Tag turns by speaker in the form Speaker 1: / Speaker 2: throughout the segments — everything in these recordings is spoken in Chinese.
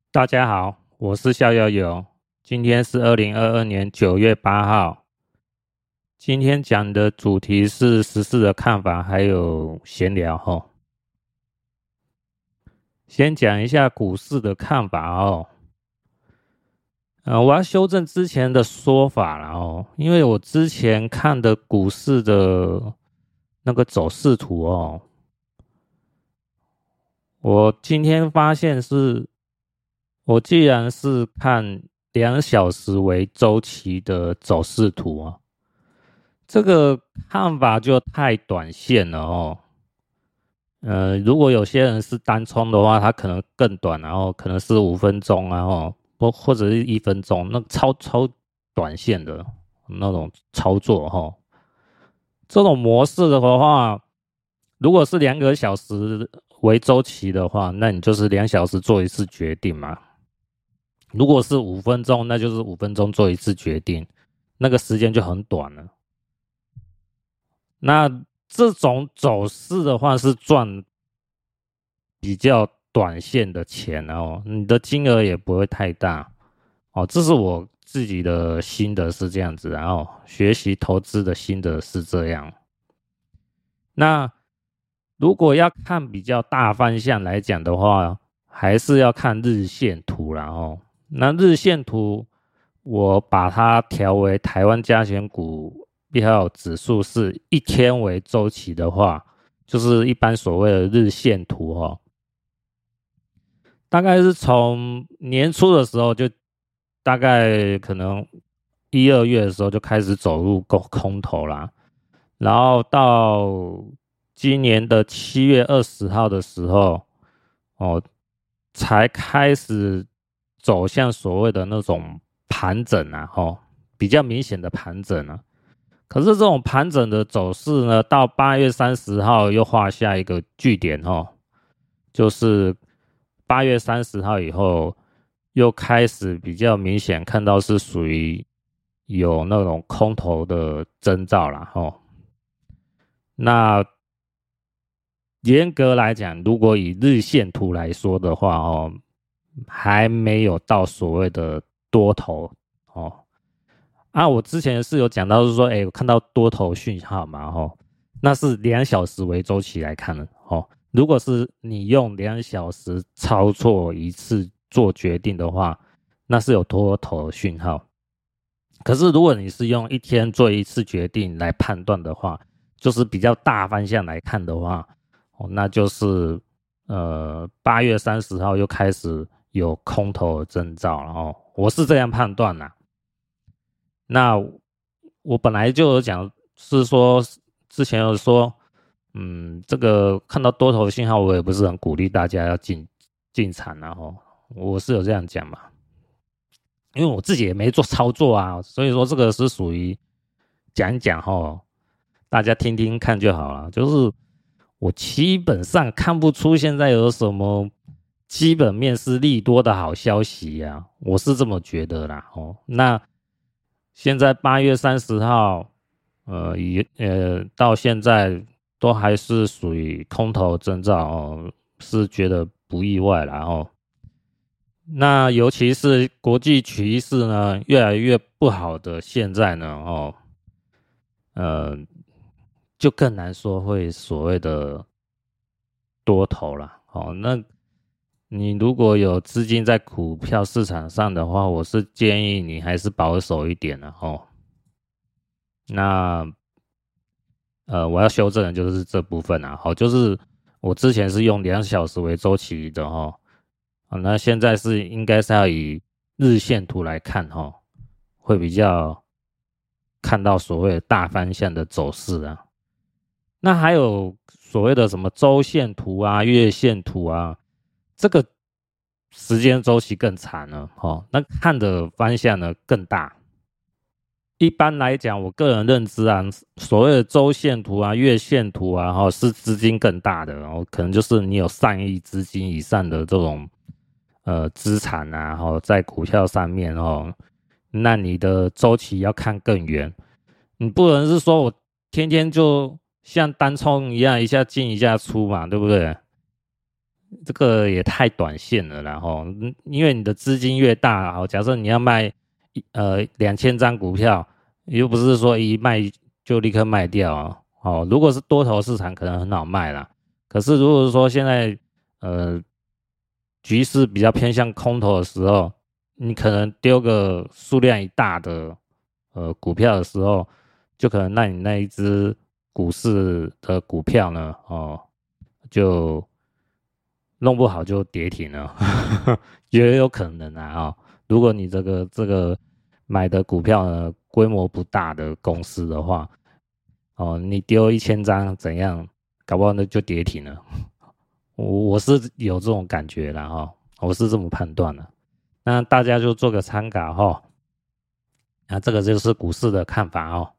Speaker 1: 大家好，我是逍遥游，今天是2022年9月8号。今天讲的主题是时事的看法，还有闲聊吼。先讲一下股市的看法哦。我要修正之前的说法了哦，因为我之前看的股市的那个走势图哦，我今天发现是，我既然是看2小时为周期的走势图啊。这个看法就太短线了哦。如果有些人是单冲的话，他可能更短，然后可能是5分钟啊，或者是1分钟，那超短线的那种操作哈。这种模式的话，如果是2个小时为周期的话，那你就是2小时做一次决定嘛。如果是5分钟，那就是5分钟做一次决定，那个时间就很短了。那这种走势的话是赚比较短线的钱哦，你的金额也不会太大哦。这是我自己的心得是这样子，然后学习投资的心得是这样。那如果要看比较大方向来讲的话，还是要看日线图啦哦。那日线图我把它调为台湾加权股票指数是一天为周期的话，就是一般所谓的日线图哦。大概是从年初的时候就大概可能1、2月的时候就开始走入空头啦，然后到今年的7月20号的时候，哦，才开始走向所谓的那种盘整啊，比较明显的盘整啊。可是这种盘整的走势呢，到8月30号又画下一个句点就是8月30号以后，又开始比较明显看到是属于有那种空头的征兆啦那严格来讲，如果以日线图来说的话还没有到所谓的多头哦。我之前是有讲到是说，我看到多头讯号嘛那是2小时为周期来看的如果是你用2小时操作一次做决定的话，那是有多头讯号。可是如果你是用一天做一次决定来判断的话，就是比较大方向来看的话，那就是8月30号又开始有空头的征兆了我是这样判断啦。那我本来就有讲是说，之前有说，这个看到多头信号，我也不是很鼓励大家要进场我是有这样讲嘛，因为我自己也没做操作啊，所以说这个是属于讲一讲大家听听看就好了。就是我基本上看不出现在有什么基本面是利多的好消息啊，我是这么觉得啦那现在8月30号，到现在都还是属于空头征兆是觉得不意外啦那尤其是国际局势呢越来越不好的现在呢呃，就更难说会所谓的多头了那你如果有资金在股票市场上的话，我是建议你还是保守一点的那我要修正的就是这部分就是我之前是用2小时为周期的那现在是应该是要以日线图来看会比较看到所谓的大方向的走势啊。那还有所谓的什么周线图啊、月线图啊，这个时间周期更长了那看的方向呢更大。一般来讲，我个人认知所谓的周线图啊、月线图啊是资金更大的可能就是你有上亿资金以上的这种资产在股票上面那你的周期要看更远。你不能是说我天天就像单冲一样，一下进一下出嘛，对不对？ 这个也太短线了啦吼，因为你的资金越大，好，假设你要卖2000张股票，又不是说一卖就立刻卖掉哦。如果是多头市场，可能很好卖啦。可是如果说现在局势比较偏向空头的时候，你可能丢个数量一大的股票的时候，就可能让你那一只股市的股票呢就弄不好就跌停了，也有可能如果你这个买的股票呢规模不大的公司的话，你丢1000张怎样，搞不好那就跌停了。我是有这种感觉啦我是这么判断的。那大家就做个参考那这个就是股市的看法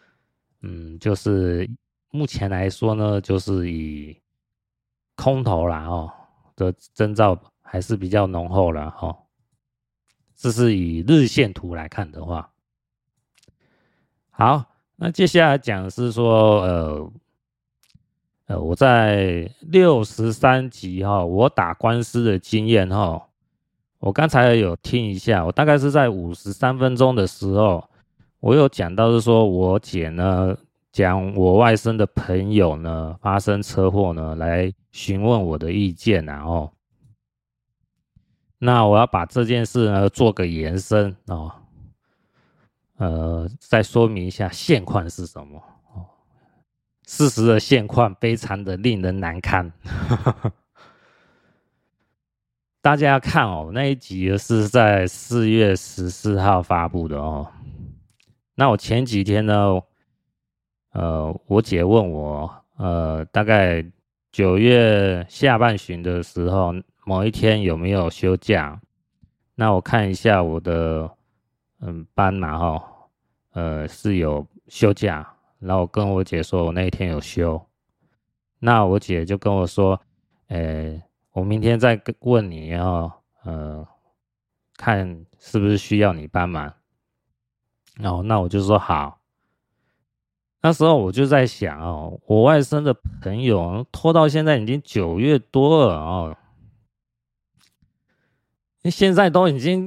Speaker 1: 就是目前来说呢，就是以空头啦的征兆还是比较浓厚了这是以日线图来看的话，好，那接下来讲的是说我在63集我打官司的经验我刚才有听一下，我大概是在53分钟的时候，我有讲到是说我姐呢讲我外甥的朋友呢发生车祸呢来询问我的意见那我要把这件事呢做个延伸再说明一下现况是什么事实的现况非常的令人难堪。大家要看那一集是在4月14号发布的那我前几天呢，我姐问我，大概9月下半旬的时候，某一天有没有休假？那我看一下我的班嘛是有休假，然后我跟我姐说我那一天有休，那我姐就跟我说，我明天再问你看是不是需要你帮忙。那我就说好。那时候我就在想我外甥的朋友拖到现在已经9月多了现在都已经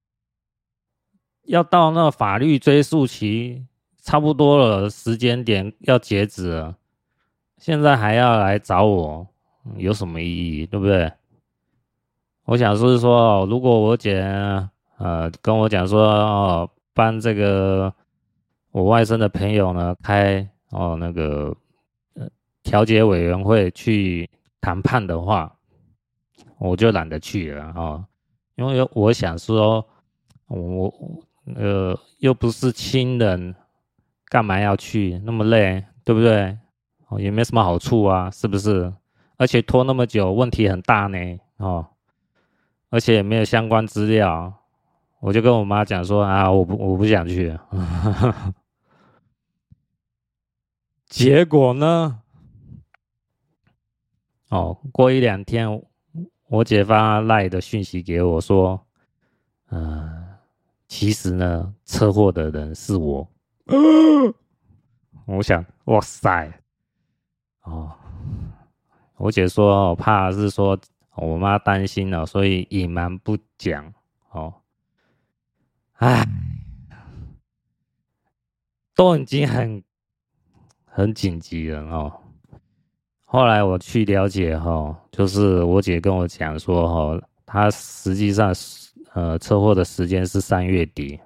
Speaker 1: 要到那法律追诉期差不多了，时间点要截止了，现在还要来找我，有什么意义，对不对？我想是说，如果我姐跟我讲说帮这个我外甥的朋友呢开那个调解委员会去谈判的话，我就懒得去了因为我想说，我又不是亲人，干嘛要去那么累，对不对？也没什么好处啊，是不是？而且拖那么久，问题很大呢而且也没有相关资料，我就跟我妈讲说我不想去结果呢过1-2天，我姐发赖的讯息给我说，其实呢，车祸的人是我。我想，哇塞，我姐说，我怕是说我妈担心了，所以隐瞒不讲唉，都已经很紧急了后来我去了解就是我姐跟我讲说她实际上车祸的时间是3月底。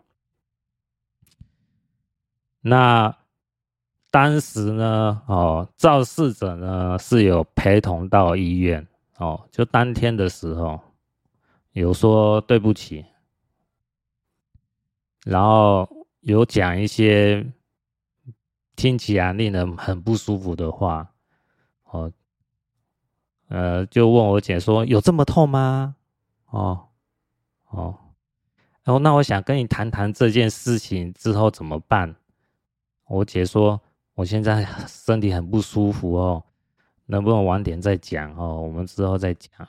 Speaker 1: 那当时呢肇事者呢是有陪同到医院就当天的时候有说对不起，然后有讲一些听起来令人很不舒服的话就问我姐说有这么痛吗？哦哦，然后那我想跟你谈谈这件事情之后怎么办。我姐说我现在身体很不舒服能不能晚点再讲我们之后再讲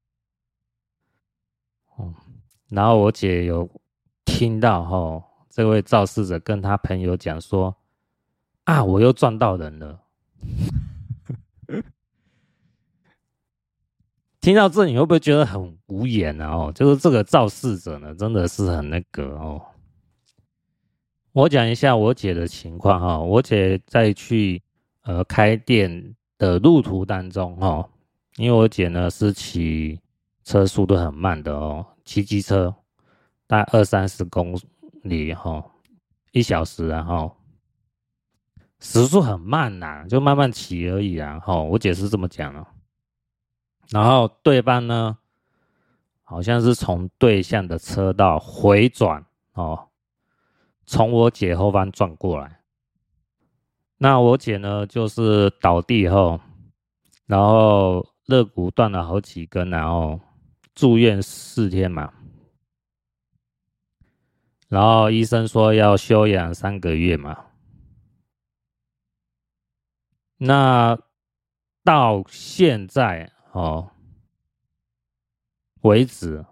Speaker 1: 然后我姐有听到这位肇事者跟他朋友讲说我又撞到人了。 听到这，你会不会觉得很无言啊？就是这个肇事者呢，真的是很那个哦。我讲一下我姐的情况哈，我姐在去开店的路途当中哈，因为我姐呢是骑车速度很慢的哦，骑机车大概20-30公里哈，1小时然后时速很慢呐，就慢慢骑而已啊。我姐是这么讲的。然后对方呢，好像是从对向的车道回转哦，从我姐后方转过来。那我姐呢，就是倒地后，然后肋骨断了好几根，然后住院4天嘛。然后医生说要休养3个月嘛。那到现在为止，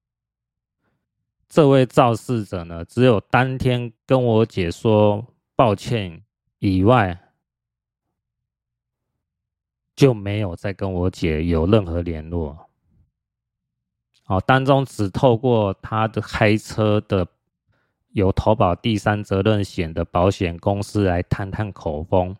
Speaker 1: 这位肇事者呢，只有当天跟我姐说抱歉以外，就没有再跟我姐有任何联络。当中只透过他的开车的有投保第三责任险的保险公司来探探口风。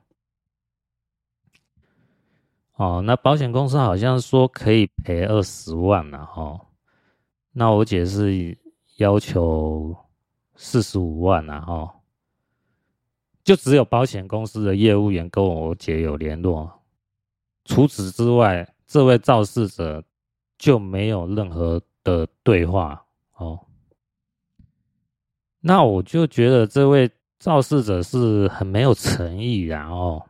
Speaker 1: 那保险公司好像说可以赔20万啦那我姐是要求45万啦就只有保险公司的业务员跟我姐有联络，除此之外，这位肇事者就没有任何的对话那我就觉得这位肇事者是很没有诚意的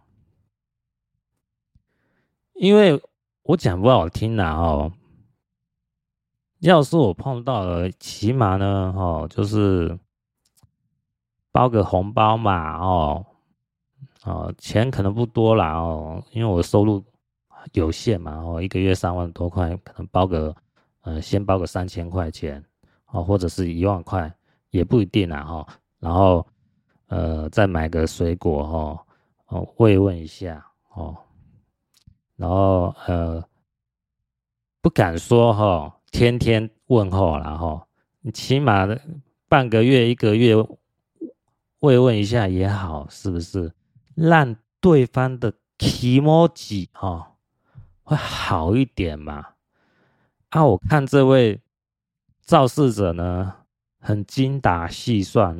Speaker 1: 因为我讲不好听啦要是我碰到了，起码呢就是包个红包嘛钱可能不多啦因为我收入有限嘛一个月3万多块，可能包个先包个3000块钱或者是1万块也不一定啦然后再买个水果慰问一下然后不敢说天天问候啦你起码的半个月1个月慰问一下也好，是不是？让对方的 kimoji 会好一点嘛？我看这位肇事者呢，很精打细算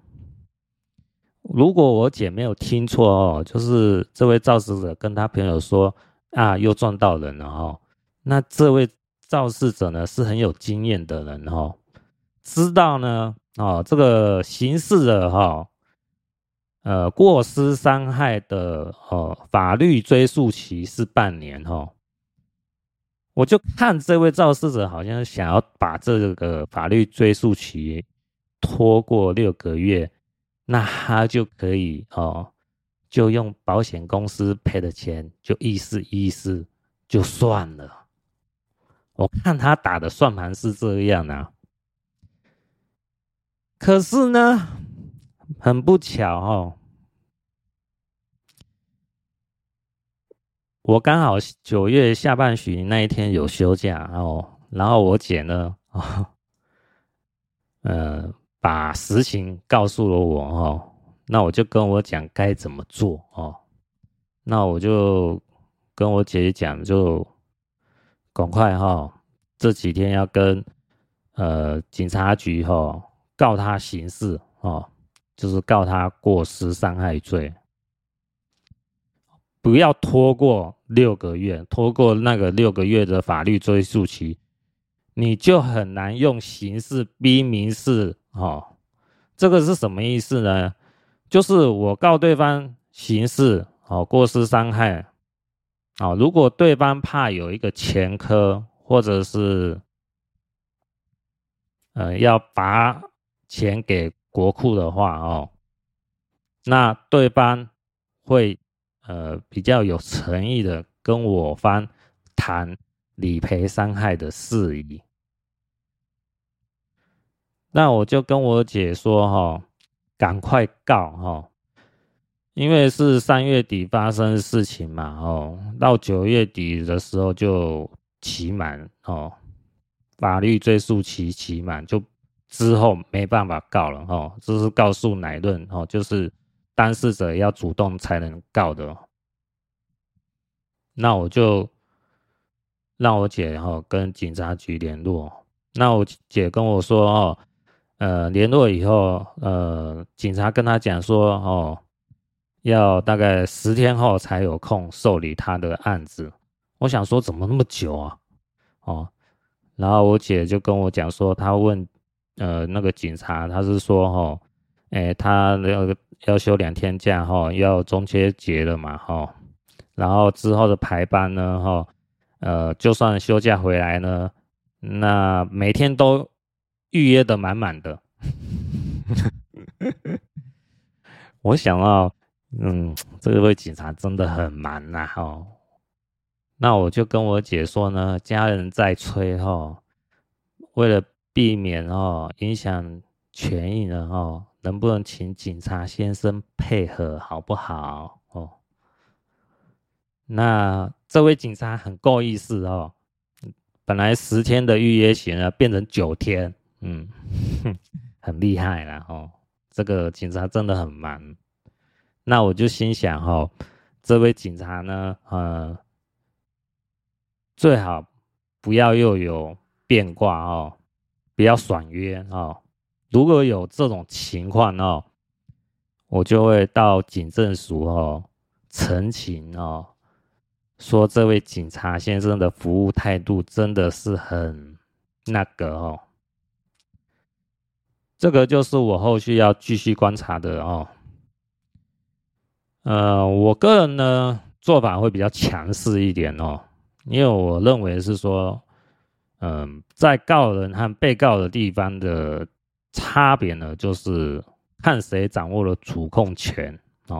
Speaker 1: 如果我姐没有听错就是这位肇事者跟他朋友说又撞到人了那这位肇事者呢是很有经验的人知道呢这个刑事的过失伤害的法律追诉期是半年我就看这位肇事者好像想要把这个法律追诉期拖过6个月，那他就可以就用保险公司赔的钱就意思意思就算了。我看他打的算盘是这样啊，可是呢，很不巧我刚好9月下半旬那一天有休假然后我姐呢把实情告诉了我那我就跟我讲该怎么做那我就跟我姐姐讲，就赶快这几天要跟警察局告他刑事就是告他过失伤害罪，不要拖过6个月，拖过那个6个月的法律追诉期，你就很难用刑事逼民事这个是什么意思呢？就是我告对方刑事过失伤害如果对方怕有一个前科，或者是要罚钱给国库的话那对方会比较有诚意的跟我方谈理赔伤害的事宜。那我就跟我姐说赶快告因为是3月底发生的事情嘛到9月底的时候就期满哦，法律追诉期满，就之后没办法告了哦，这是告诉乃论哦，就是当事者要主动才能告的哦。那我就让我姐跟警察局联络，那我姐跟我说联络以后警察跟她讲说要大概10天后才有空受理她的案子。我想说怎么那么久啊然后我姐就跟我讲说，她问那个警察，他是说他要休2天假要中秋节了嘛然后之后的排班呢就算休假回来呢，那每天都预约的满满的。我想到，这位警察真的很忙呐那我就跟我姐说呢，家人在催为了避免影响权益呢能不能请警察先生配合好不好那这位警察很够意思本来10天的预约期呢变成9天，很厉害啦这个警察真的很忙。那我就心想这位警察呢最好不要又有变卦不要爽约如果有这种情况我就会到警政署陈情说这位警察先生的服务态度真的是很那个这个就是我后续要继续观察的我个人呢做法会比较强势一点因为我认为是说在告人和被告的地方的差别呢，就是看谁掌握了主控权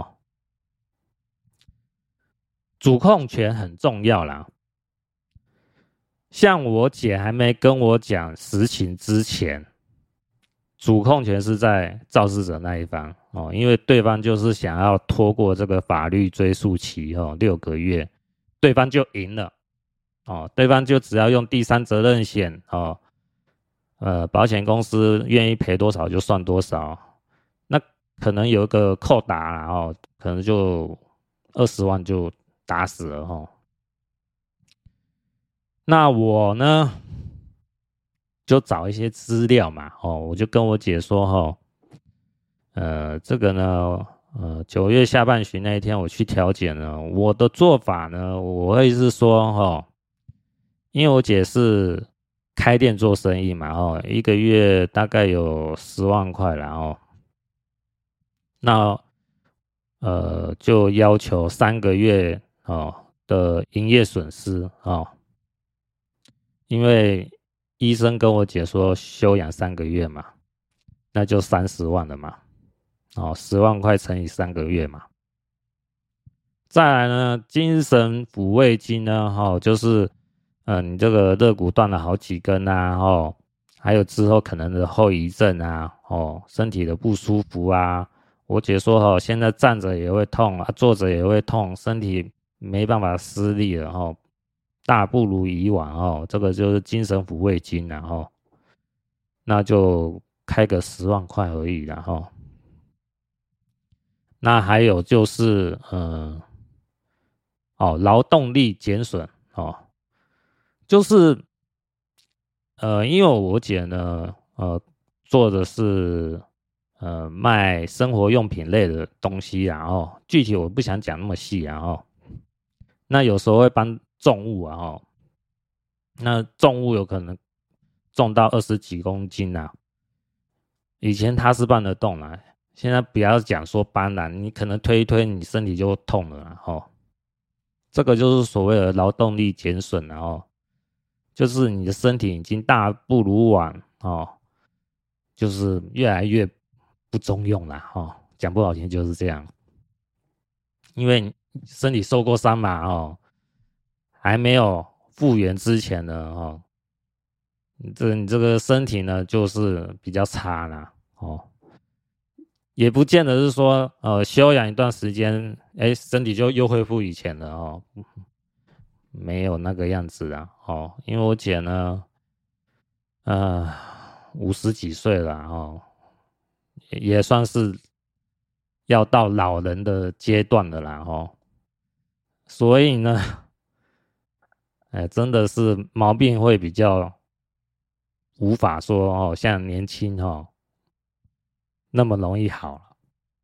Speaker 1: 主控权很重要啦。像我姐还没跟我讲实情之前，主控权是在肇事者那一方因为对方就是想要拖过这个法律追诉期6个月，对方就赢了对方就只要用第三责任险保险公司愿意赔多少就算多少，那可能有一个扣打啦可能就20万就打死了那我呢就找一些资料嘛我就跟我姐说这个呢9月下半旬那一天我去调解呢，我的做法呢我会是说因为我姐是开店做生意嘛一个月大概有10万块啦那就要求3个月的营业损失因为医生跟我姐说休养3个月嘛，那就30万了嘛10万块乘以3个月嘛。再来呢，精神抚慰金呢就是你这个肋骨断了好几根啊还有之后可能的后遗症啊身体的不舒服啊。我姐说现在站着也会痛坐着也会痛，身体没办法施力了大不如以往这个就是精神抚慰金那就开个10万块而已啦那还有就是劳动力减损就是因为我姐呢做的是卖生活用品类的东西具体我不想讲那么细那有时候会搬重物那重物有可能重到20几公斤以前他是搬得动现在不要讲说搬了，你可能推一推你身体就痛了这个就是所谓的劳动力减损就是你的身体已经大不如往就是越来越不中用了讲不好听就是这样，因为你身体受过伤嘛还没有复原之前呢你这个身体呢就是比较差啦也不见得是说休养一段时间身体就又恢复以前了没有那个样子啊，因为我姐呢，50几岁了也算是要到老人的阶段了啦所以呢，真的是毛病会比较无法说像年轻那么容易好。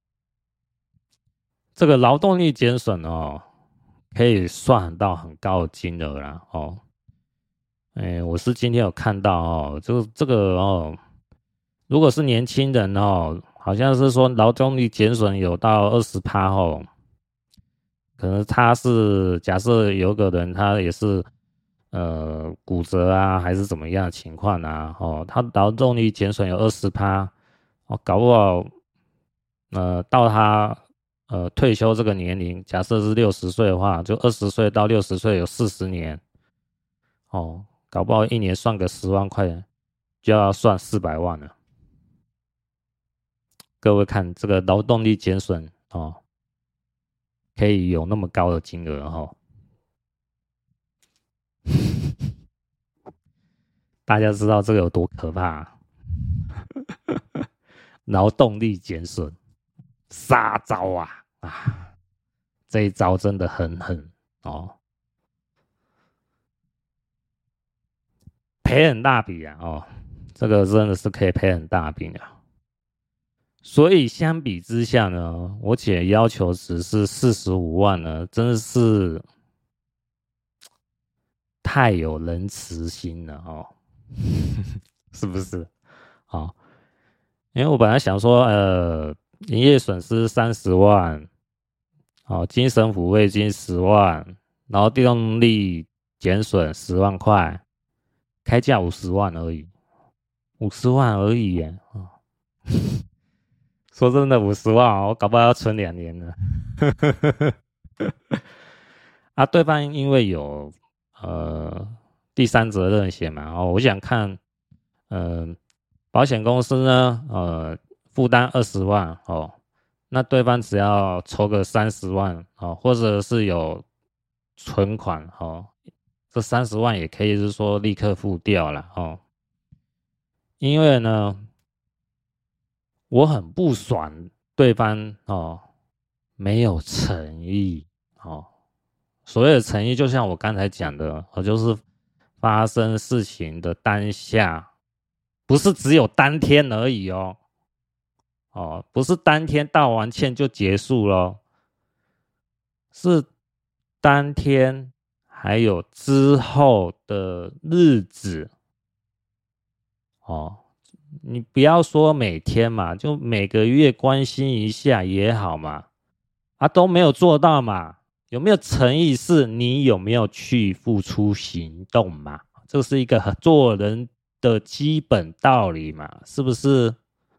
Speaker 1: 这个劳动力减损可以算到很高的金额啦我是今天有看到这个如果是年轻人好像是说劳动力减损有到20%可能他是假设有个人他也是骨折啊还是怎么样的情况啊他劳动力减损有20%搞不好到他退休这个年龄，假设是60岁的话，就20岁到60岁有40年搞不好一年算个10万块，就要算400万了。各位看这个劳动力减损可以有那么高的金额大家知道这个有多可怕劳动力减损，杀招啊！这一招真的很狠赔很大笔啊这个真的是可以赔很大笔的。所以相比之下呢，我姐要求只是45万呢，真的是太有仁慈心了是不是因为我本来想说营业损失30万精神抚慰金10万，然后劳动力减损10万块，开价50万而已，50万而已耶说真的，50万我搞不好要存2年了。对方因为有第三责任险嘛，我想看保险公司呢负担20万那对方只要筹个30万或者是有存款这30万也可以是说立刻付掉了因为呢我很不爽对方没有诚意所谓的诚意就像我刚才讲的就是发生事情的当下不是只有当天而已不是当天道完歉就结束咯是当天还有之后的日子你不要说每天嘛，就每个月关心一下也好嘛都没有做到嘛，有没有诚意是你有没有去付出行动嘛，这是一个做人的基本道理嘛，是不是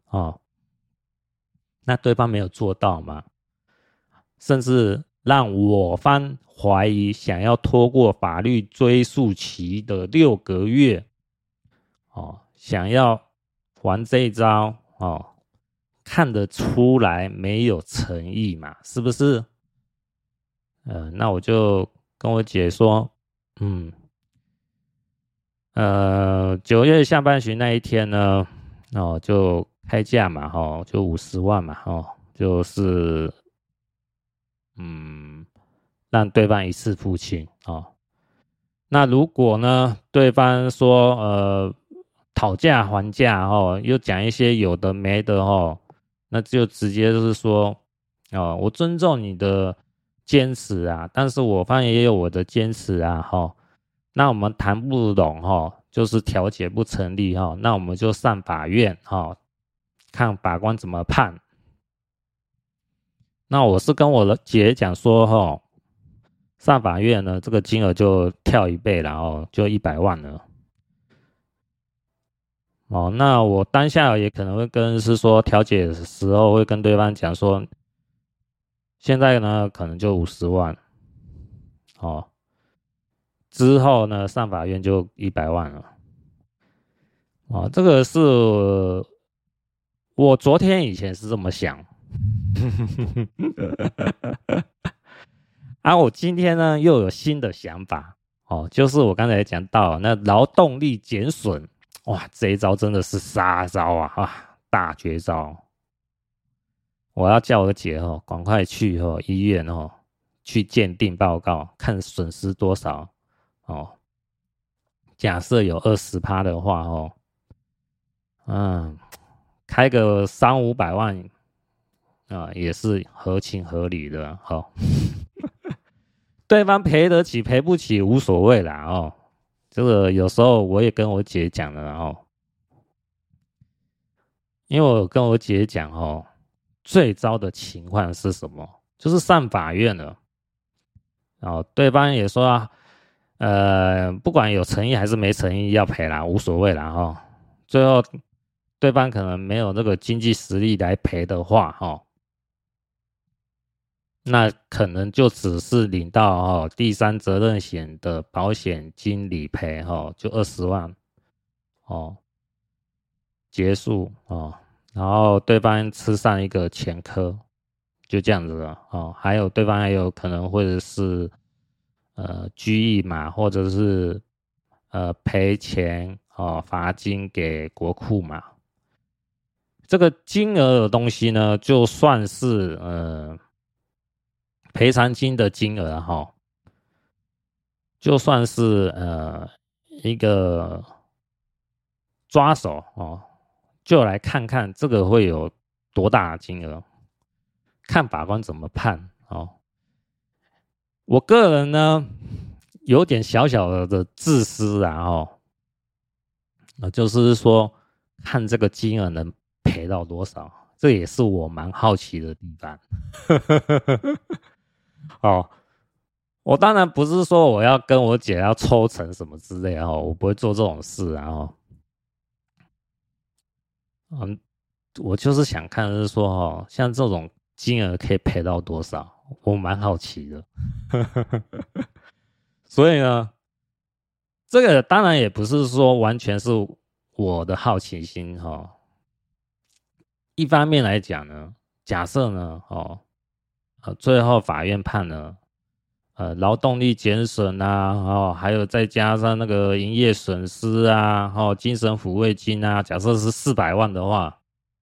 Speaker 1: 那对方没有做到嘛，甚至让我方怀疑想要拖过法律追诉期的6个月想要还这一招看得出来没有诚意嘛，是不是那我就跟我姐说9月下半旬那一天呢就开价嘛就50万嘛就是让对方一次付清那如果呢对方说讨价还价又讲一些有的没的那就直接就是说我尊重你的坚持但是我方也有我的坚持那我们谈不拢就是调解不成立那我们就上法院看法官怎么判。那我是跟我的姐讲说上法院呢这个金额就跳1倍了就100万了那我当下也可能会跟是说调解的时候会跟对方讲说现在呢可能就50万之后呢上法院就100万了这个是我昨天以前是这么想我今天呢又有新的想法就是我刚才讲到那劳动力减损，哇，这一招真的是杀招啊，大绝招！我要叫我姐赶快去医院去鉴定报告，看损失多少哦。假设有20%的话开个300-500万也是合情合理的对方赔得起赔不起无所谓啦这个有时候我也跟我姐讲了因为我跟我姐讲最糟的情况是什么？就是上法院了对方也说不管有诚意还是没诚意要赔啦，无所谓啦最后对方可能没有这个经济实力来赔的话那可能就只是领到第三责任险的保险金理赔就20万结束然后对方吃上一个前科，就这样子了还有对方还有可能或者是拘役嘛，或者是赔钱罚金给国库嘛。这个金额的东西呢，就算是赔偿金的金额就算是一个抓手就来看看这个会有多大的金额，看法官怎么判我个人呢，有点小小的自私就是说看这个金额能赔到多少，这也是我蛮好奇的地方我当然不是说我要跟我姐要抽成什么之类我不会做这种事我就是想看是说像这种金额可以赔到多少，我蛮好奇的所以呢，这个当然也不是说完全是我的好奇心一方面来讲呢，假设呢最后法院判了劳动力减损还有再加上那个营业损失精神抚慰金假设是400万的话，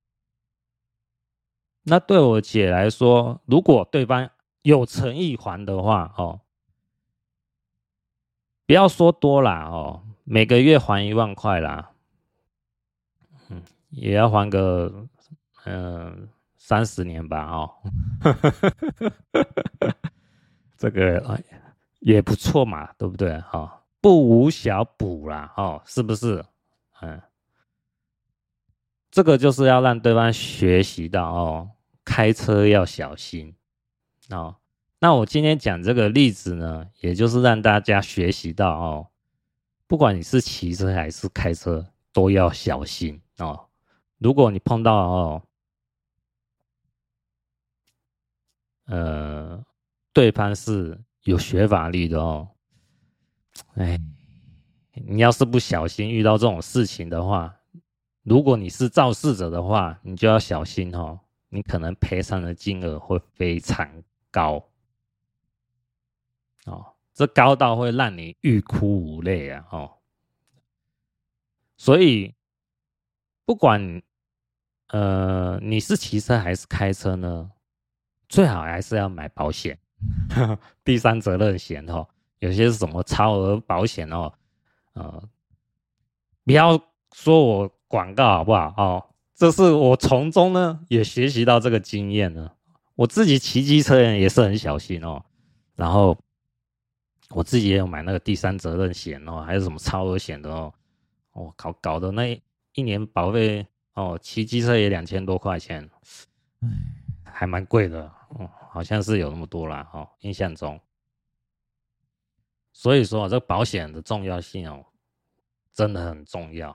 Speaker 1: 那对我姐来说，如果对方有诚意还的话不要说多啦每个月还1万块啦，也要还个30年吧这个也不错嘛，对不对不无小补啦是不是这个就是要让对方学习到开车要小心那我今天讲这个例子呢，也就是让大家学习到不管你是骑车还是开车，都要小心如果你碰到对方是有学法律的你要是不小心遇到这种事情的话，如果你是肇事者的话，你就要小心你可能赔偿的金额会非常高这高到会让你欲哭无泪所以不管你是骑车还是开车呢，最好还是要买保险第三责任险有些是什么超额保险不要说我广告好不好这是我从中呢也学习到这个经验呢。我自己骑机车也是很小心然后我自己也有买那个第三责任险还有什么超额险的搞得那一年保费骑机车也2000多块钱，还蛮贵的好像是有那么多啦印象中。所以说这个保险的重要性真的很重要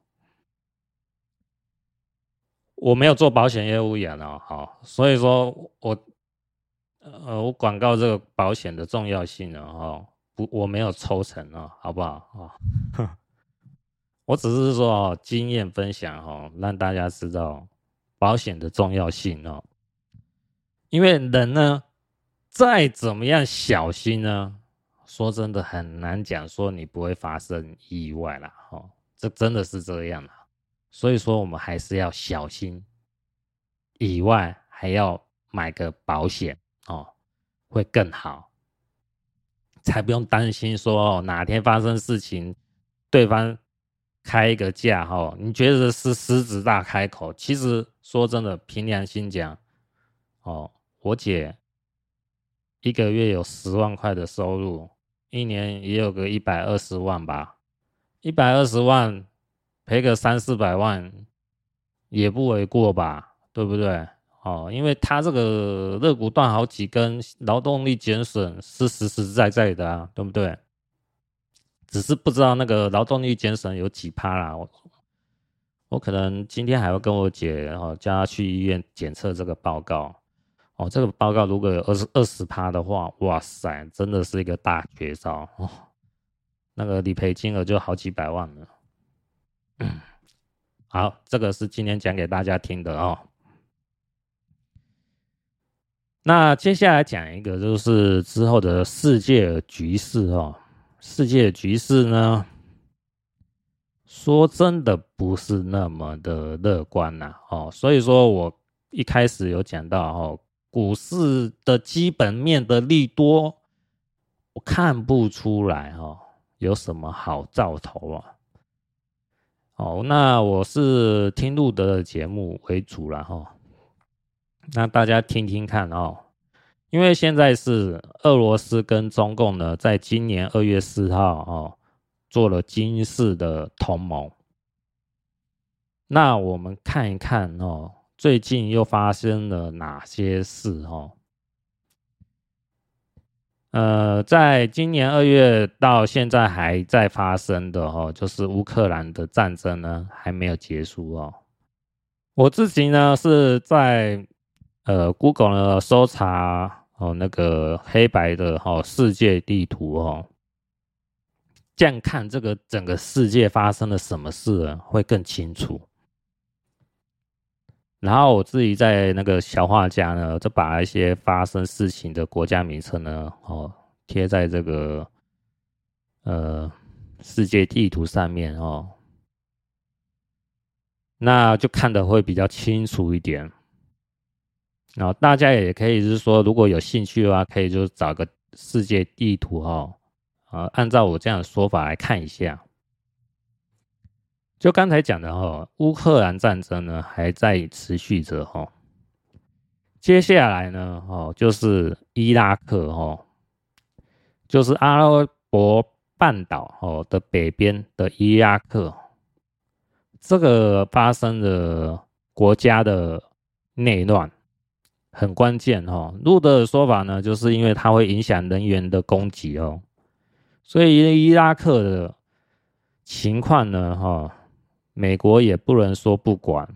Speaker 1: 我没有做保险业务员所以说我广告这个保险的重要性我没有抽成好不好我只是说经验分享让大家知道保险的重要性因为人呢再怎么样小心呢， 说真的很难讲说你不会发生意外啦，这真的是这样啦。所以说我们还是要小心，以外还要买个保险会更好，才不用担心说哪天发生事情，对方开一个价你觉得是狮子大开口，其实说真的，凭良心讲我姐一个月有10万块的收入，一年也有个120万吧，120万赔个300-400万也不为过吧，对不对？因为他这个肋骨断好几根，劳动力减损是实实在在的啊，对不对？只是不知道那个劳动力减损有几趴啦。我可能今天还会跟我姐叫她去医院检测这个报告。这个报告如果有20%的话，哇塞，真的是一个大绝招那个理赔金额就好几百万了。好，这个是今天讲给大家听的那接下来讲一个就是之后的世界局势世界局势呢，说真的不是那么的乐观所以说我一开始有讲到股市的基本面的利多，我看不出来有什么好兆头那我是听路德的节目为主啦那大家听听看因为现在是俄罗斯跟中共呢，在今年2月4号做了军事的同盟。那我们看一看最近又发生了哪些事在今年2月到现在还在发生的就是乌克兰的战争呢，还没有结束我自己呢是在Google 呢搜查那个黑白的世界地图这样看这个整个世界发生了什么事会更清楚。然后我自己在那个小画家呢，就把一些发生事情的国家名称呢贴在这个世界地图上面那就看得会比较清楚一点。然后大家也可以是说，如果有兴趣的话，可以就找个世界地图按照我这样的说法来看一下。就刚才讲的乌克兰战争呢还在持续着接下来呢就是伊拉克就是阿拉伯半岛的北边的伊拉克，这个发生了国家的内乱。很关键路德的说法呢，就是因为它会影响人员的供给所以伊拉克的情况呢美国也不能说不管。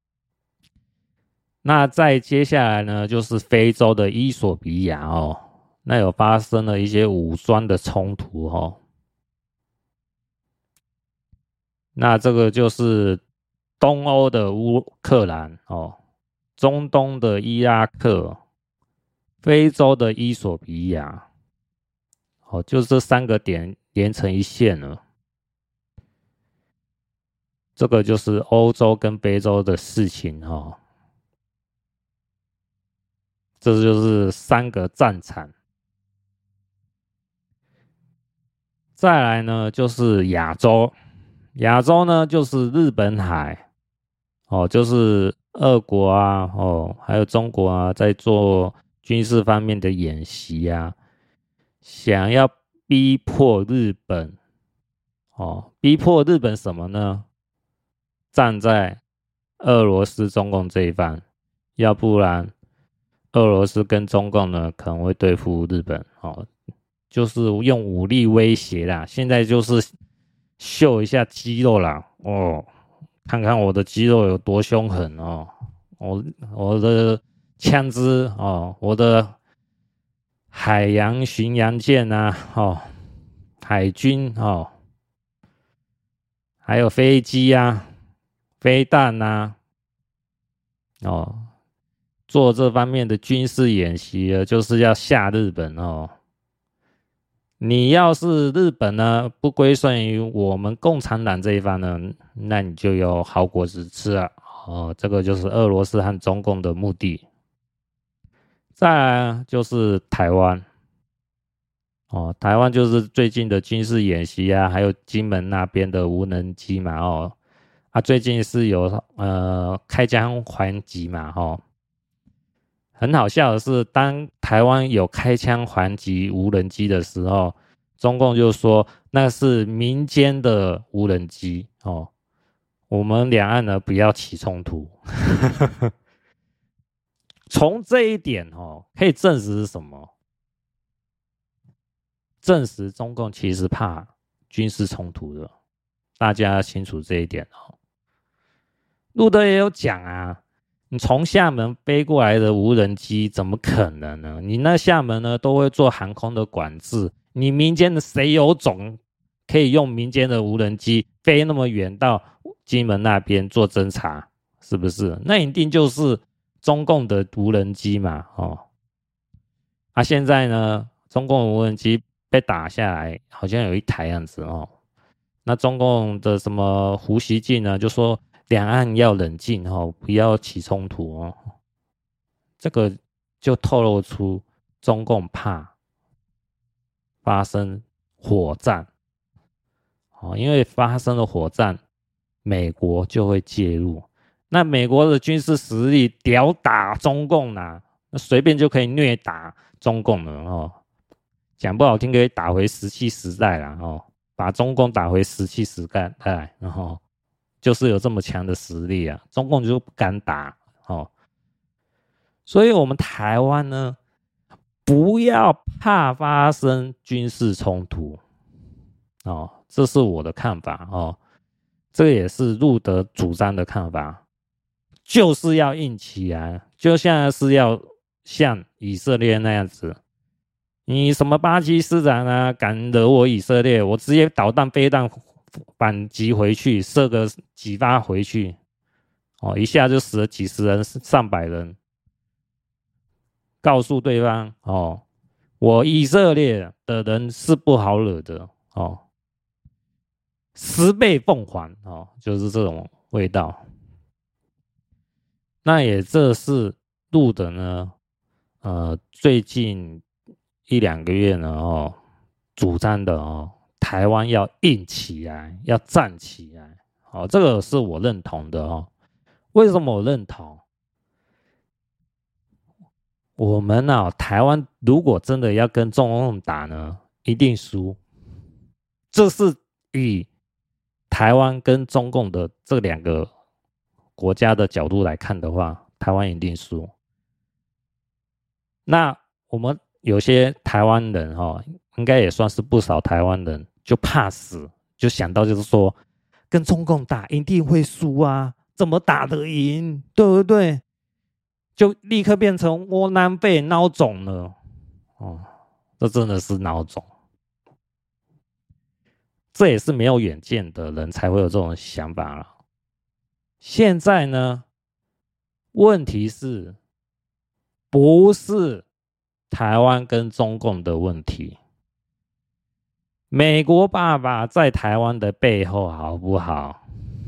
Speaker 1: 那再接下来呢，就是非洲的伊索比亚那有发生了一些武装的冲突那这个就是东欧的乌克兰中东的伊拉克，非洲的伊索比亚就这3个点连成一线了。这个就是欧洲跟非洲的事情这就是3个战场。再来呢就是亚洲，亚洲呢就是日本海就是俄国还有中国在做军事方面的演习想要逼迫日本逼迫日本什么呢？站在俄罗斯中共这一方，要不然俄罗斯跟中共呢可能会对付日本就是用武力威胁啦。现在就是秀一下肌肉啦看看我的肌肉有多凶狠我的枪支我的海洋巡洋舰海军还有飞机飞弹做这方面的军事演习就是要吓日本你要是日本呢不归顺于我们共产党这一方呢，那你就有好果子吃了。这个就是俄罗斯和中共的目的。再来就是台湾。台湾就是最近的军事演习啊，还有金门那边的无人机嘛。最近是有开枪还击嘛。很好笑的是，当台湾有开枪还击无人机的时候，中共就说那是民间的无人机。我们两岸呢不要起冲突。从这一点可以证实什么？证实中共其实怕军事冲突的，大家要清楚这一点。路德也有讲啊，你从厦门飞过来的无人机怎么可能呢？你那厦门呢都会做航空的管制，你民间的谁有种可以用民间的无人机飞那么远到金门那边做侦察？是不是？那一定就是中共的无人机嘛。现在呢，中共无人机被打下来，好像有一台样子。那中共的什么胡锡进呢，就说两岸要冷静不要起冲突。这个就透露出中共怕发生火战。因为发生了火战，美国就会介入。那美国的军事实力屌打中共啦，那随便就可以虐打中共了。讲不好听，可以打回石器时代啦。把中共打回石器时代，然后就是有这么强的实力啊，中共就不敢打。所以我们台湾呢，不要怕发生军事冲突。这是我的看法。这个也是路德主张的看法，就是要硬起来，就像是要像以色列那样子。你什么巴基斯坦啊，敢惹我以色列，我直接导弹飞弹反击回去，射个几发回去。一下就死了几十人上百人。告诉对方我以色列的人是不好惹的。10倍奉还。就是这种味道。那也这是路的呢最近1-2个月呢主张的台湾要硬起来，要站起来。这个是我认同的。为什么我认同？我们台湾如果真的要跟中共打呢，一定输。这是以台湾跟中共的这2个国家的角度来看的话，台湾一定输。那我们有些台湾人应该也算是不少台湾人，就怕死，就想到就是说跟中共打一定会输啊，怎么打得赢，对不对？就立刻变成窝囊废孬种了。这真的是孬种。这也是没有远见的人才会有这种想法了。现在呢，问题是不是台湾跟中共的问题？美国爸爸在台湾的背后好不好？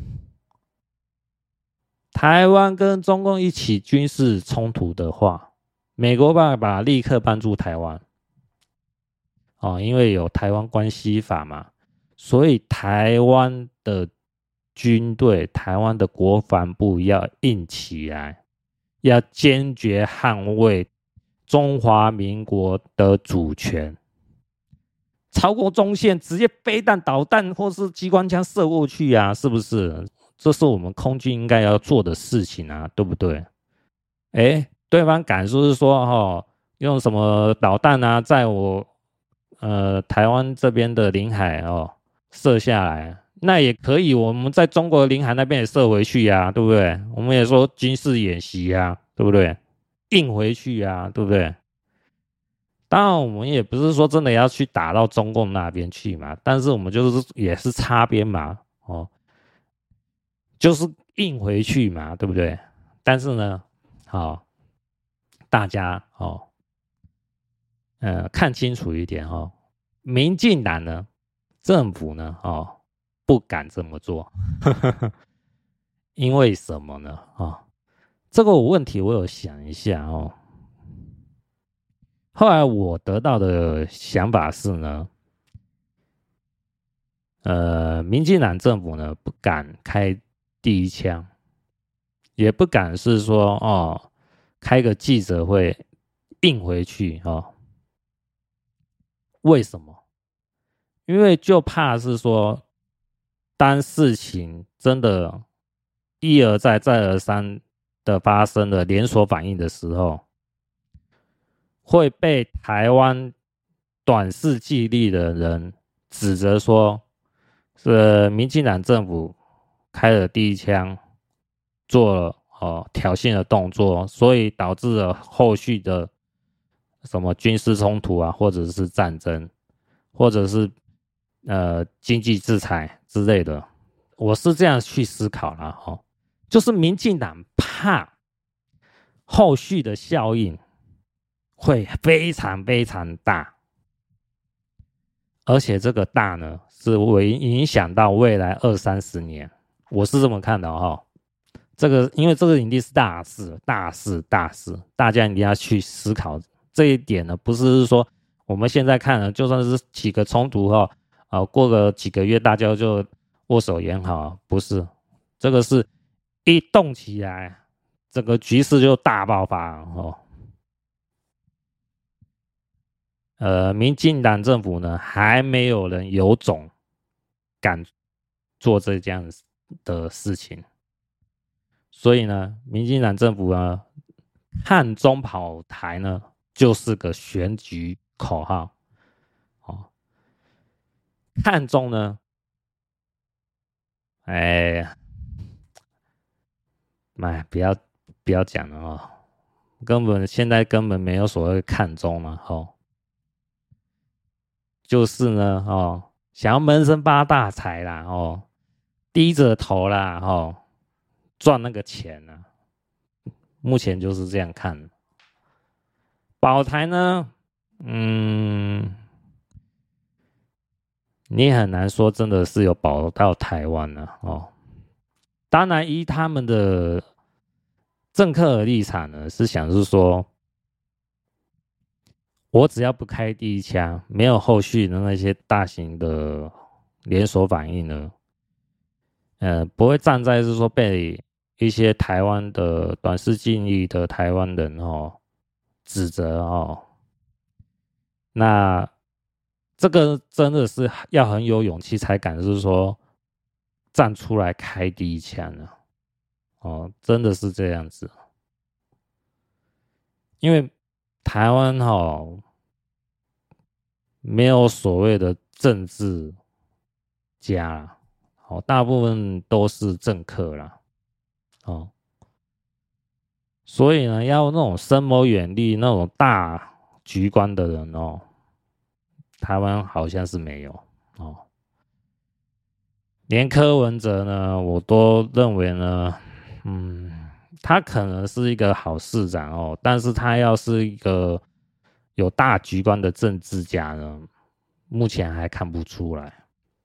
Speaker 1: 台湾跟中共一起军事冲突的话，美国爸爸立刻帮助台湾。因为有台湾关系法嘛，所以台湾的军队、台湾的国防部要硬起来，要坚决捍卫中华民国的主权。超过中线，直接飞弹、导弹或是机关枪射过去啊，是不是？这是我们空军应该要做的事情啊，对不对？对方敢说是说用什么导弹啊，在我台湾这边的领海射下来，那也可以，我们在中国的领海那边也射回去啊，对不对？我们也说军事演习啊，对不对？硬回去啊，对不对？当然我们也不是说真的要去打到中共那边去嘛，但是我们就是也是擦边嘛，就是硬回去嘛，对不对？但是呢大家看清楚一点民进党呢，政府呢，不敢这么做，因为什么呢？这个问题我有想一下哦。后来我得到的想法是呢，民进党政府呢不敢开第一枪，也不敢是说开个记者会硬回去为什么？因为就怕是说，当事情真的一而再再而三的发生了连锁反应的时候，会被台湾短视记忆的人指责说，是民进党政府开了第一枪，做了挑衅的动作，所以导致了后续的什么军事冲突啊，或者是战争，或者是经济制裁之类的。我是这样去思考啦，就是民进党怕后续的效应会非常非常大，而且这个大呢是会影响到未来20-30年，我是这么看的这个因为这个一定是大事，大事，大事，大家一定要去思考这一点呢，不是说我们现在看了，就算是几个冲突过个几个月大家就握手言好，不是，这个是一动起来，整个局势就大爆发民进党政府呢，还没有人有种敢做这样的事情，所以呢，民进党政府呢，看中跑台呢，就是个选举口号看中呢，不要讲了现在根本没有所谓看中嘛就是呢想要闷声发大财啦低着头啦赚那个钱啊，目前就是这样看。保台呢，你很难说真的是有保到台湾呢当然，依他们的政客的立场呢，是想是说，我只要不开第一枪，没有后续的那些大型的连锁反应呢，不会站在是说被一些台湾的短视近利的台湾人指责那这个真的是要很有勇气才敢是说站出来开第一枪真的是这样子。因为台湾没有所谓的政治家啦大部分都是政客啦所以呢，要那种深谋远虑、那种大局观的人台湾好像是没有连柯文哲呢，我都认为呢，他可能是一个好市长但是他要是一个有大局观的政治家呢，目前还看不出来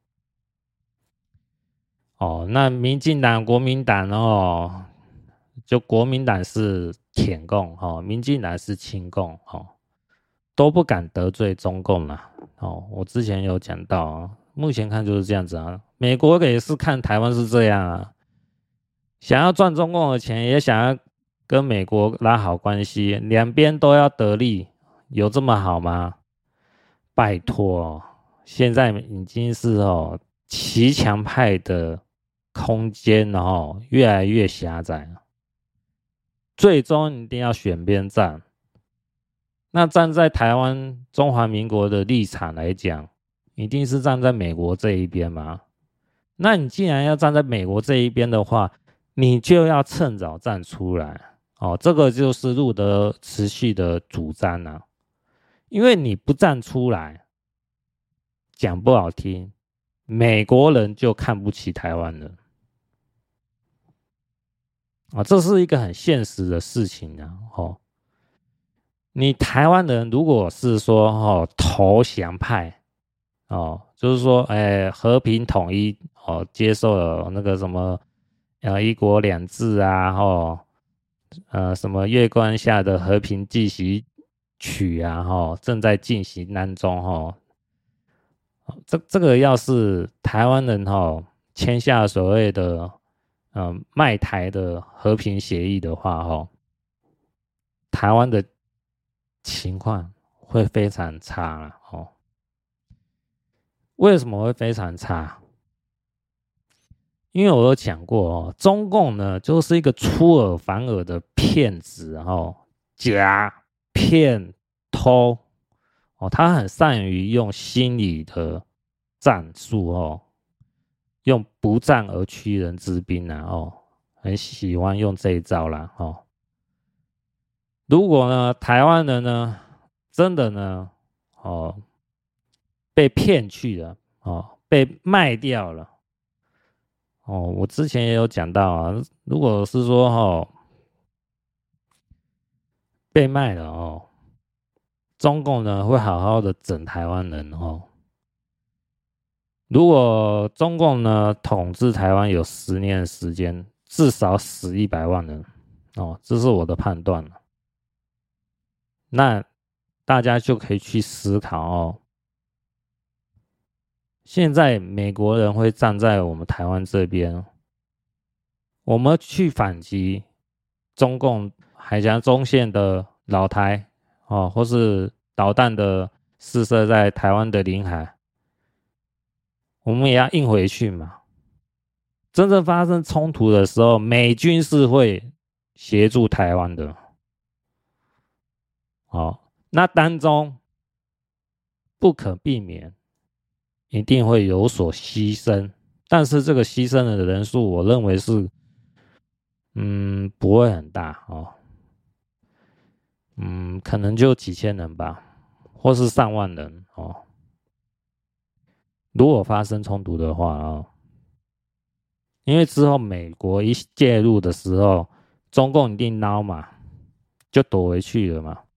Speaker 1: 那民进党、国民党就国民党是舔共民进党是亲共都不敢得罪中共啦我之前有讲到目前看就是这样子啊。美国也是看台湾是这样啊，想要赚中共的钱，也想要跟美国拉好关系，两边都要得利，有这么好吗？拜托现在已经是骑墙派的空间越来越狭窄了，最终一定要选边站。那站在台湾中华民国的立场来讲，一定是站在美国这一边嘛？那你既然要站在美国这一边的话，你就要趁早站出来这个就是路德持续的主张啊。因为你不站出来，讲不好听，美国人就看不起台湾人这是一个很现实的事情啊你台湾人如果是说投降派就是说，和平统一接受了那个什么一国两制啊，什么月光下的和平进行曲啊，正在进行当中，这个要是台湾人签下所谓的卖台的和平协议的话，台湾的情况会非常差了为什么会非常差？因为我有讲过中共呢就是一个出尔反尔的骗子假骗偷他很善于用心理的战术用不战而屈人之兵很喜欢用这一招啦如果呢台湾人呢真的呢被骗去了被卖掉了我之前也有讲到如果是说被卖了中共呢会好好的整台湾人如果中共呢统治台湾有10年的时间，至少死100万人这是我的判断了。那大家就可以去思考现在美国人会站在我们台湾这边，我们去反击中共海峡中线的老台或是导弹的试射在台湾的领海，我们也要硬回去嘛。真正发生冲突的时候，美军是会协助台湾的那当中不可避免一定会有所牺牲，但是这个牺牲的人数我认为是不会很大可能就几千人吧，或是上万人如果发生冲突的话因为之后美国一介入的时候，中共一定孬嘛，就躲回去了嘛。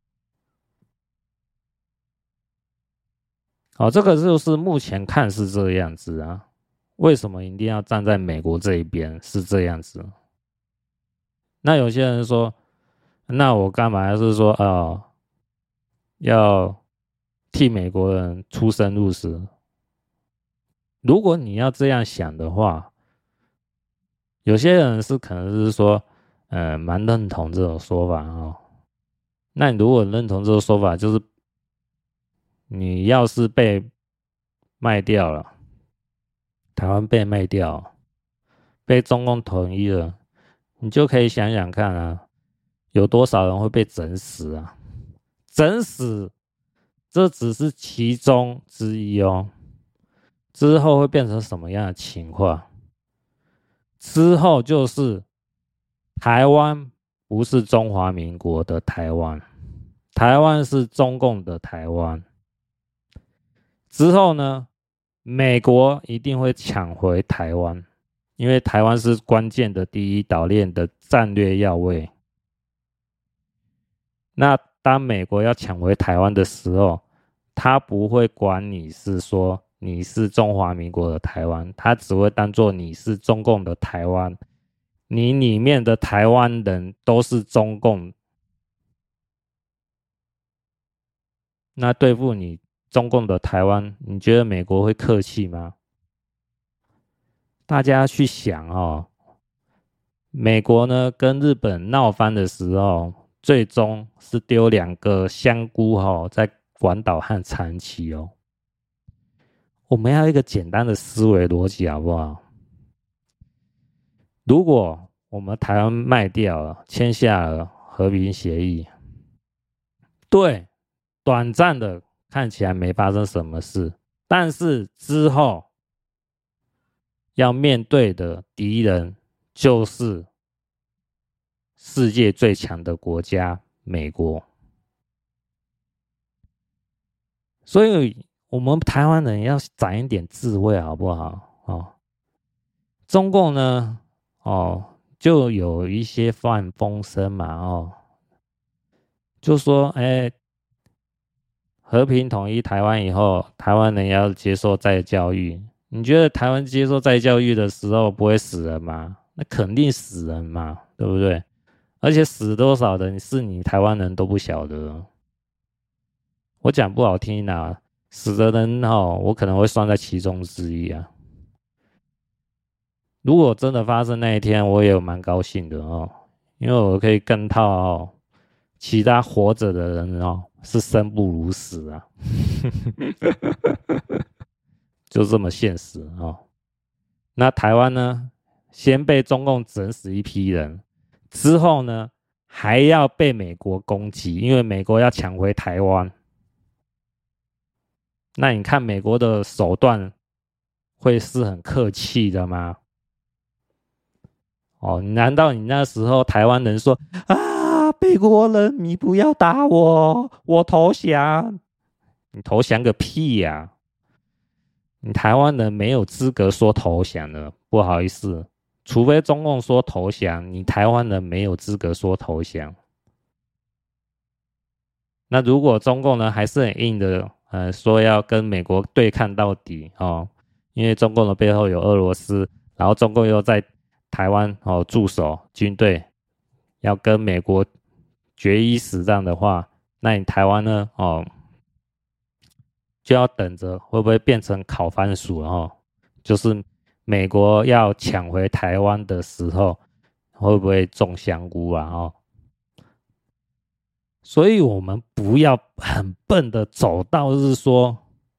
Speaker 1: 这个就是目前看是这样子啊。为什么一定要站在美国这一边是这样子？那有些人说，那我干嘛是说要替美国人出生入死？如果你要这样想的话，有些人是可能是说，蛮认同这种说法那你如果认同这种说法，就是你要是被卖掉了，台湾被卖掉，被中共统一了，你就可以想想看啊，有多少人会被整死啊？整死，这只是其中之一之后会变成什么样的情况？之后就是台湾不是中华民国的台湾，台湾是中共的台湾。之后呢，美国一定会抢回台湾，因为台湾是关键的第一岛链的战略要位。那当美国要抢回台湾的时候，他不会管你是说你是中华民国的台湾，他只会当作你是中共的台湾，你里面的台湾人都是中共。那对付你中共的台湾，你觉得美国会客气吗？大家去想美国呢跟日本闹翻的时候，最终是丢2个香菇在广岛和长崎我们要一个简单的思维逻辑好不好？如果我们台湾卖掉了，签下了和平协议，对，短暂的看起来没发生什么事，但是之后要面对的敌人就是世界最强的国家美国。所以我们台湾人要长一点智慧好不好中共呢就有一些放风声嘛就说和平统一台湾以后，台湾人要接受再教育，你觉得台湾接受再教育的时候不会死人吗？那肯定死人嘛，对不对？而且死多少人是你台湾人都不晓得。我讲不好听啊，死的人我可能会算在其中之一啊。如果真的发生那一天，我也有蛮高兴的因为我可以跟到其他活着的人是生不如死啊，就这么现实那台湾呢，先被中共整死一批人，之后呢，还要被美国攻击，因为美国要抢回台湾。那你看美国的手段会是很客气的吗？难道你那时候台湾人说啊，美国人你不要打我，我投降？你投降个屁呀！你台湾人没有资格说投降的，不好意思，除非中共说投降，你台湾人没有资格说投降。那如果中共呢还是很硬的，说要跟美国对抗到底因为中共的背后有俄罗斯，然后中共又在台湾驻守军队，要跟美国决一死战的话，那你台湾呢就要等着会不会变成烤番薯就是美国要抢回台湾的时候，会不会种香菇啊所以我们不要很笨的走到是说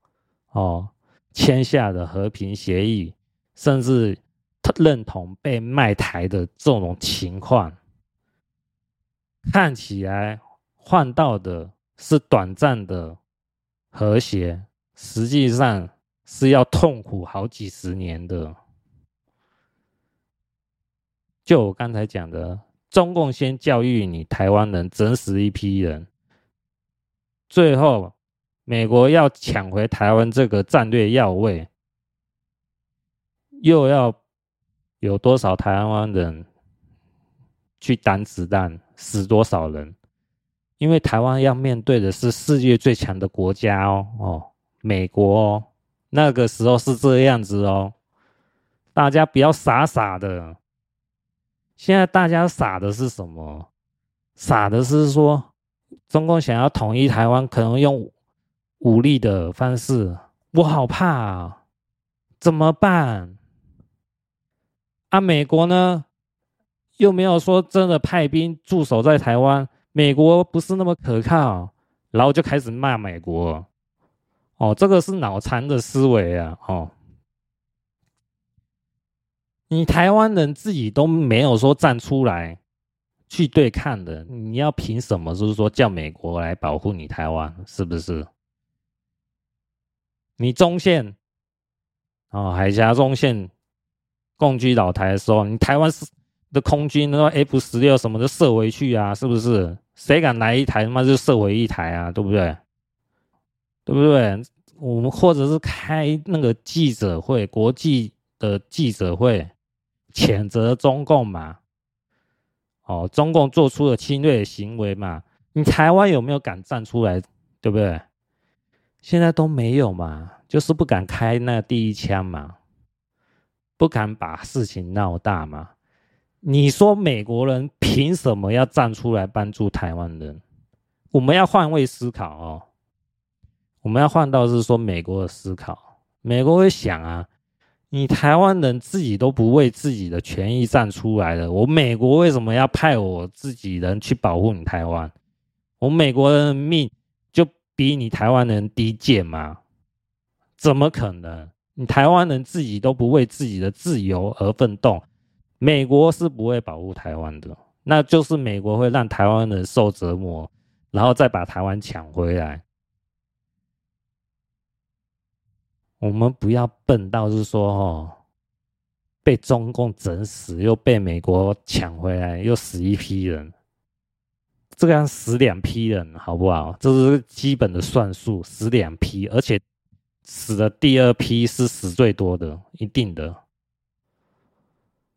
Speaker 1: 签下的和平协议，甚至认同被卖台的这种情况，看起来换到的是短暂的和谐，实际上是要痛苦好几十年的。就我刚才讲的，中共先教育你台湾人，整死一批人，最后美国要抢回台湾这个战略要位，又要有多少台湾人去挡子弹，死多少人？因为台湾要面对的是世界最强的国家美国那个时候是这样子大家不要傻傻的。现在大家傻的是什么？傻的是说，中共想要统一台湾，可能用武力的方式，我好怕啊，怎么办？美国呢，又没有说真的派兵驻守在台湾，美国不是那么可靠，然后就开始骂美国这个是脑残的思维啊你台湾人自己都没有说站出来去对抗的，你要凭什么就是说叫美国来保护你台湾？是不是？你中线海峡中线共居岛台的时候，你台湾的空军那 F-16什么的射回去啊，是不是？谁敢来一台，他妈就射回一台啊，对不对？对不对？我们或者是开那个记者会，国际的记者会，谴责中共嘛。中共做出了侵略行为嘛，你台湾有没有敢站出来，对不对？现在都没有嘛，就是不敢开那第一枪嘛，不敢把事情闹大嘛。你说美国人凭什么要站出来帮助台湾人？我们要换位思考我们要换到是说美国的思考，美国会想你台湾人自己都不为自己的权益站出来了，我美国为什么要派我自己人去保护你台湾？我美国人的命就比你台湾人低贱吗？怎么可能？你台湾人自己都不为自己的自由而奋斗，美国是不会保护台湾的，那就是美国会让台湾人受折磨，然后再把台湾抢回来。我们不要笨到是说被中共整死，又被美国抢回来，又死一批人，这个样死两批人，好不好？这是基本的算术，死两批，而且死的第二批是死最多的，一定的。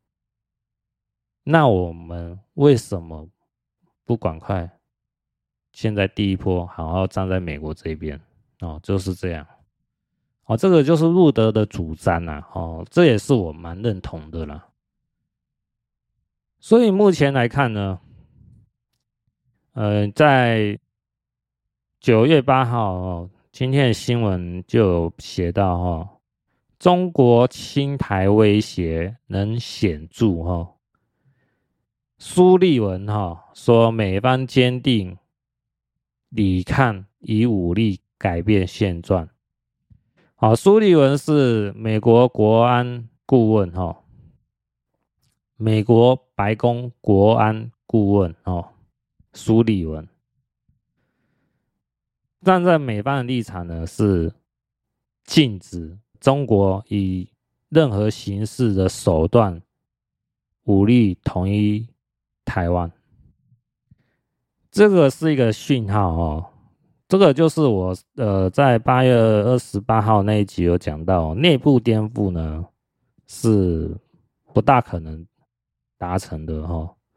Speaker 1: 那我们为什么不赶快现在第一波好好站在美国这边哦，就是这样哦，这个就是路德的主张啊，哦，这也是我蛮认同的啦。所以目前来看呢，在9月8号哦，今天的新闻就有写到哦，中国侵台威胁仍显著哦。苏利文说，美方坚定抵抗，以武力改变现状。好，苏利文是美国国安顾问美国白宫国安顾问苏利文站在美方的立场呢，是禁止中国以任何形式的手段武力统一台湾。这个是一个讯号这个就是我在8月28号那一集有讲到，内部颠覆呢是不大可能达成的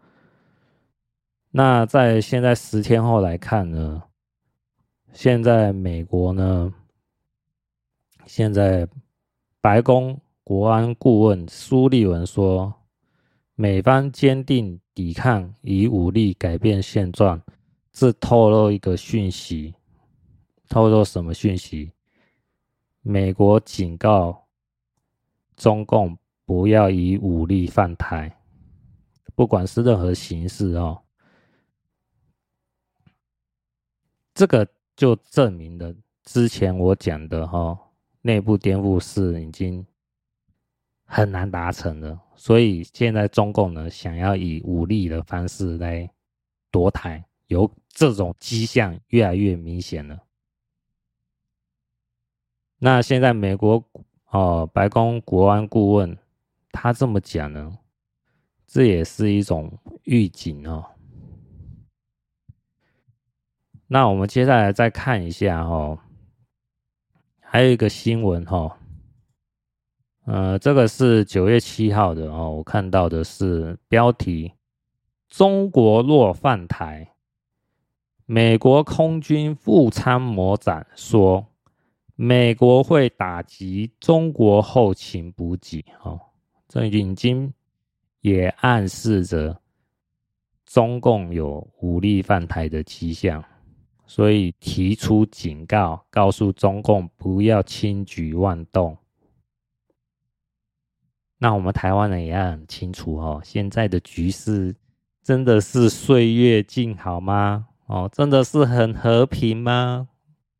Speaker 1: 那在现在10天后来看呢，现在美国呢，现在白宫国安顾问苏利文说，美方坚定抵抗，以武力改变现状。这透露一个讯息，透露什么讯息？美国警告中共不要以武力犯台，不管是任何形式这个就证明了之前我讲的内部颠覆是已经很难达成了，所以现在中共呢想要以武力的方式来夺台，有这种迹象越来越明显了。那现在美国白宫国安顾问他这么讲呢，这也是一种预警那我们接下来再看一下还有一个新闻这个是9月7号的我看到的是标题：中国若犯台，美国空军副参谋长说，美国会打击中国后勤补给这已经也暗示着中共有武力犯台的迹象，所以提出警告，告诉中共不要轻举妄动。那我们台湾人也要很清楚现在的局势真的是岁月静好吗？真的是很和平吗？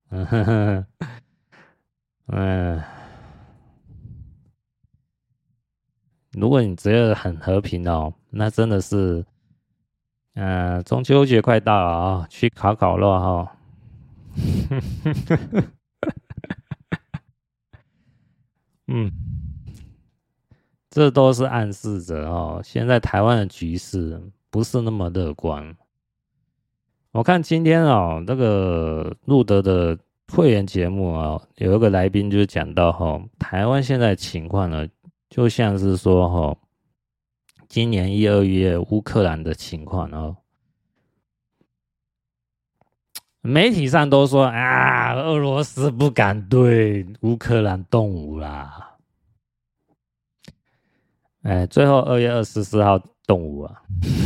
Speaker 1: 如果你觉得很和平那真的是，中秋节快到了去烤烤肉嗯，这都是暗示着现在台湾的局势不是那么乐观。我看今天这个路德的会员节目有一个来宾就讲到台湾现在情况呢，就像是说今年1、2月乌克兰的情况媒体上都说俄罗斯不敢对乌克兰动武啦，最后2月24号动武了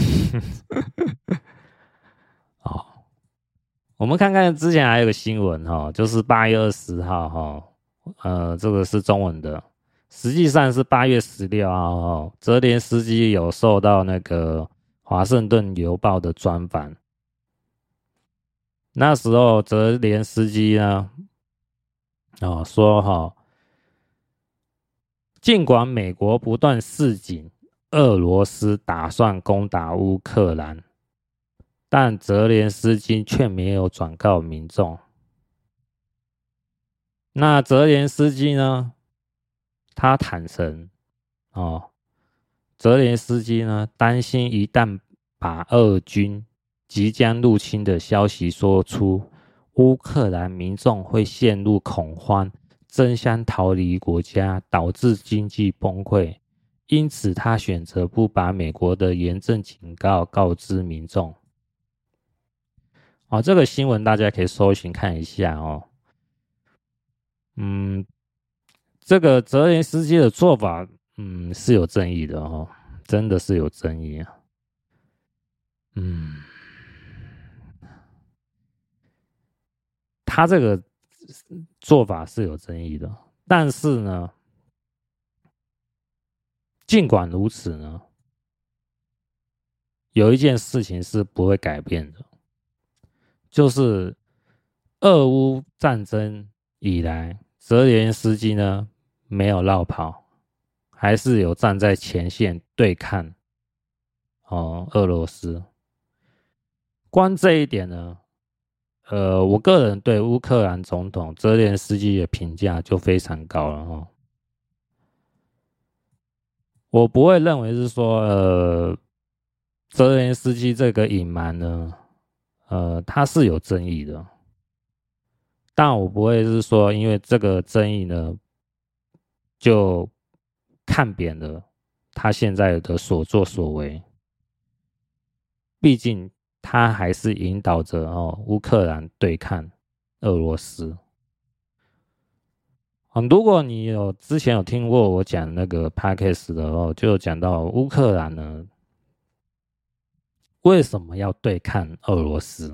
Speaker 1: 我们看看之前还有个新闻就是8月20号这个是中文的，实际上是8月16号泽连斯基有受到那个华盛顿邮报的专访，那时候泽连斯基呢说尽管美国不断示警俄罗斯打算攻打乌克兰，但泽连斯基却没有转告民众。那泽连斯基呢，他坦诚泽连斯基呢担心一旦把俄军即将入侵的消息说出，乌克兰民众会陷入恐慌，争相逃离国家，导致经济崩溃。因此他选择不把美国的严正警告告知民众哦，这个新闻大家可以搜寻看一下哦。嗯，这个泽连斯基的做法，是有争议的哦，真的是有争议啊。嗯，他这个做法是有争议的，但是呢，尽管如此呢，有一件事情是不会改变的，就是俄乌战争以来，泽连斯基呢没有落跑，还是有站在前线对抗俄罗斯。光这一点呢，我个人对乌克兰总统泽连斯基的评价就非常高了哦。我不会认为是说，泽连斯基这个隐瞒呢，他是有争议的，但我不会是说因为这个争议呢，就看扁了他现在的所作所为。毕竟他还是引导着乌克兰对抗俄罗斯。如果你之前有听过我讲那个 podcast 的哦，就有讲到乌克兰呢为什么要对抗俄罗斯？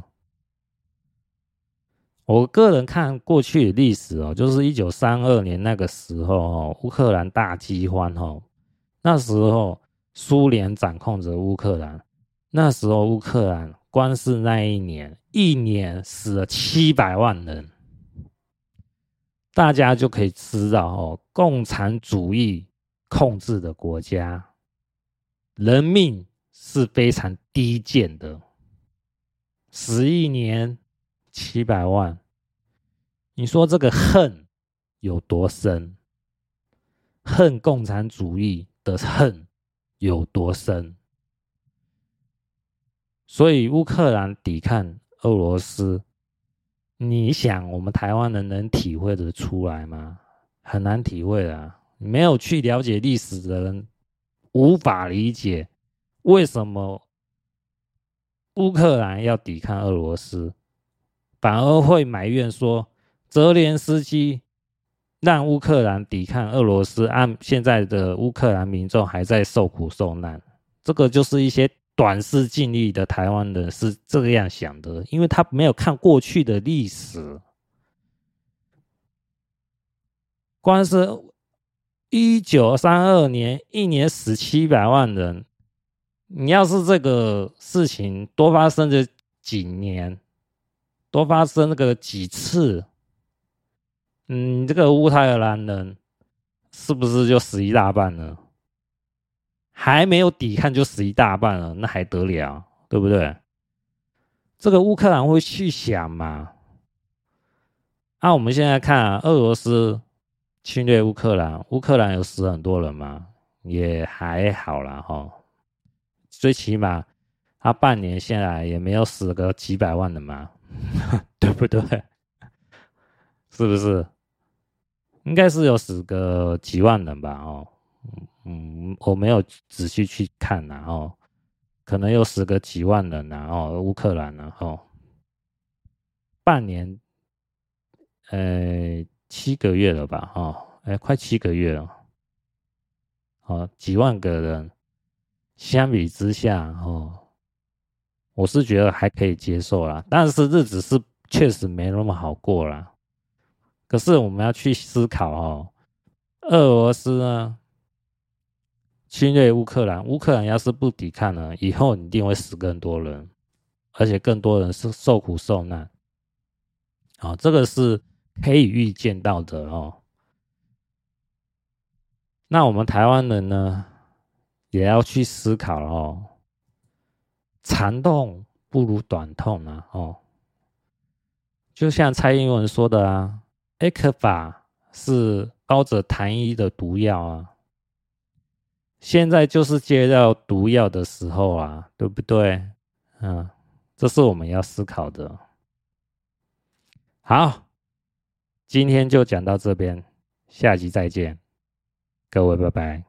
Speaker 1: 我个人看过去的历史哦，就是1932年那个时候哦，乌克兰大饥荒哦，那时候苏联掌控着乌克兰，那时候乌克兰光是那一年死了700万人，大家就可以知道哦，共产主义控制的国家，人命是非常低贱的，死一年700万，你说这个恨有多深？恨共产主义的恨有多深？所以乌克兰抵抗俄罗斯，你想我们台湾人能体会得出来吗？很难体会啊！没有去了解历史的人无法理解为什么乌克兰要抵抗俄罗斯，反而会埋怨说泽连斯基让乌克兰抵抗俄罗斯，现在的乌克兰民众还在受苦受难。这个就是一些短视近利的台湾人是这样想的，因为他没有看过去的历史。光是1932年一年死700万人，你要是这个事情多发生个几年，多发生个几次，这个乌克兰人是不是就死一大半了？还没有抵抗就死一大半了，那还得了，对不对？这个乌克兰会去想嘛？我们现在看俄罗斯侵略乌克兰，乌克兰有死很多人吗？也还好啦哈，最起码他半年下来也没有死个几百万人嘛，对不对？是不是？应该是有死个几万人吧？哦，我没有仔细去看呐，哦，可能有死个几万人呐，哦，乌克兰然后半年，7个月了吧？快7个月了，几万个人，相比之下，我是觉得还可以接受啦，但是日子是确实没那么好过啦。可是我们要去思考俄罗斯呢侵略乌克兰，乌克兰要是不抵抗呢，以后一定会死更多人，而且更多人是受苦受难。这个是可以预见到的哦。那我们台湾人呢，也要去思考哦，长痛不如短痛啊，就像蔡英文说的啊，A 法是包着糖衣的毒药啊，现在就是接到毒药的时候啊，对不对？这是我们要思考的。好，今天就讲到这边，下集再见，各位拜拜。